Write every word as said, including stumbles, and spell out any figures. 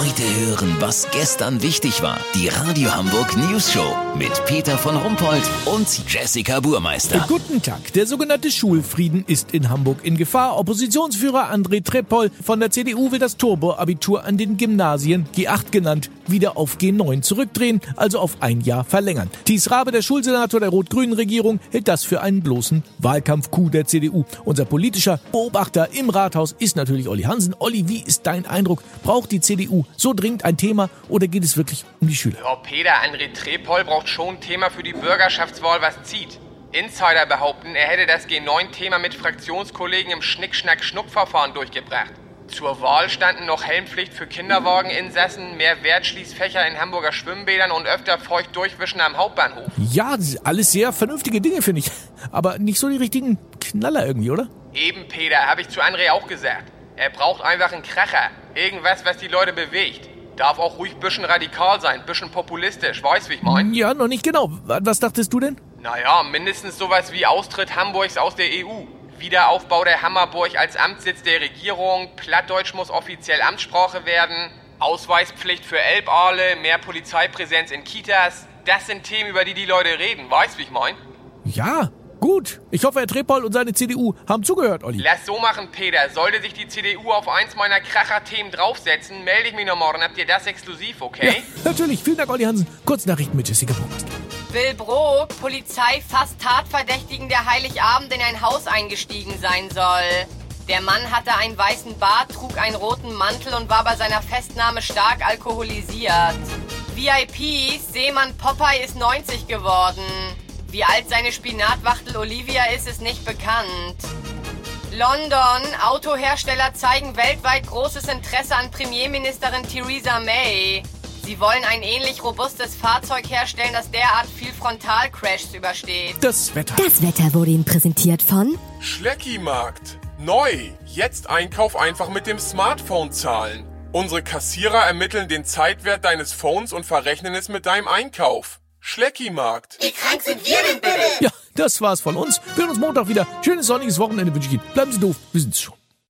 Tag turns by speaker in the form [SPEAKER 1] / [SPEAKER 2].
[SPEAKER 1] Heute hören, was gestern wichtig war. Die Radio Hamburg News Show mit Peter von Rumpold und Jessica Burmeister.
[SPEAKER 2] Guten Tag. Der sogenannte Schulfrieden ist in Hamburg in Gefahr. Oppositionsführer André Trepol von der C D U will das Turbo-Abitur an den Gymnasien, G acht genannt, wieder auf G neun zurückdrehen, also auf ein Jahr verlängern. Thies Rabe, der Schulsenator der rot-grünen Regierung, hält das für einen bloßen Wahlkampf-Coup der C D U. Unser politischer Beobachter im Rathaus ist natürlich Olli Hansen. Olli, wie ist dein Eindruck? Braucht die C D U so dringend ein Thema oder geht es wirklich um die Schüler?
[SPEAKER 3] Ja, Peter, André Trepol braucht schon ein Thema für die Bürgerschaftswahl, was zieht. Insider behaupten, er hätte das G neun Thema mit Fraktionskollegen im Schnick-Schnack-Schnuck-Verfahren durchgebracht. Zur Wahl standen noch Helmpflicht für Kinderwageninsassen, mehr Wertschließfächer in Hamburger Schwimmbädern und öfter feucht durchwischen am Hauptbahnhof.
[SPEAKER 2] Ja, das sind alles sehr vernünftige Dinge, finde ich. Aber nicht so die richtigen Knaller irgendwie, oder?
[SPEAKER 3] Eben, Peter, habe ich zu André auch gesagt. Er braucht einfach einen Kracher. Irgendwas, was die Leute bewegt. Darf auch ruhig ein bisschen radikal sein, ein bisschen populistisch, weißt wie ich mein?
[SPEAKER 2] Ja, noch nicht genau. Was dachtest du denn?
[SPEAKER 3] Naja, mindestens sowas wie Austritt Hamburgs aus der E U. Wiederaufbau der Hammerburg als Amtssitz der Regierung, Plattdeutsch muss offiziell Amtssprache werden, Ausweispflicht für Elbaale, mehr Polizeipräsenz in Kitas. Das sind Themen, über die die Leute reden, weißt wie ich mein?
[SPEAKER 2] Ja, gut. Ich hoffe, Herr Trepol und seine C D U haben zugehört, Olli.
[SPEAKER 3] Lass so machen, Peter. Sollte sich die C D U auf eins meiner Kracher-Themen draufsetzen, melde ich mich noch morgen. Habt ihr das exklusiv, okay?
[SPEAKER 2] Ja, natürlich. Vielen Dank, Olli Hansen. Kurznachrichten mit Jessica Burmeister.
[SPEAKER 4] Wilbrook, Polizei fasst Tatverdächtigen, der Heiligabend in ein Haus eingestiegen sein soll. Der Mann hatte einen weißen Bart, trug einen roten Mantel und war bei seiner Festnahme stark alkoholisiert. V I Ps, Seemann Popeye ist neunzig geworden. Wie alt seine Spinatwachtel Olivia ist, ist nicht bekannt. London, Autohersteller zeigen weltweit großes Interesse an Premierministerin Theresa May. Sie wollen ein ähnlich robustes Fahrzeug herstellen, das derart viel Frontalcrashs übersteht.
[SPEAKER 2] Das Wetter.
[SPEAKER 5] Das Wetter wurde Ihnen präsentiert von
[SPEAKER 6] Schleckimarkt. Neu. Jetzt Einkauf einfach mit dem Smartphone zahlen. Unsere Kassierer ermitteln den Zeitwert deines Phones und verrechnen es mit deinem Einkauf. Schleckimarkt.
[SPEAKER 7] Wie krank sind wir denn bitte?
[SPEAKER 2] Ja, das war's von uns. Wir hören uns Montag wieder. Schönes sonniges Wochenende wünsche ich Ihnen. Bleiben Sie doof. Wir sind's schon.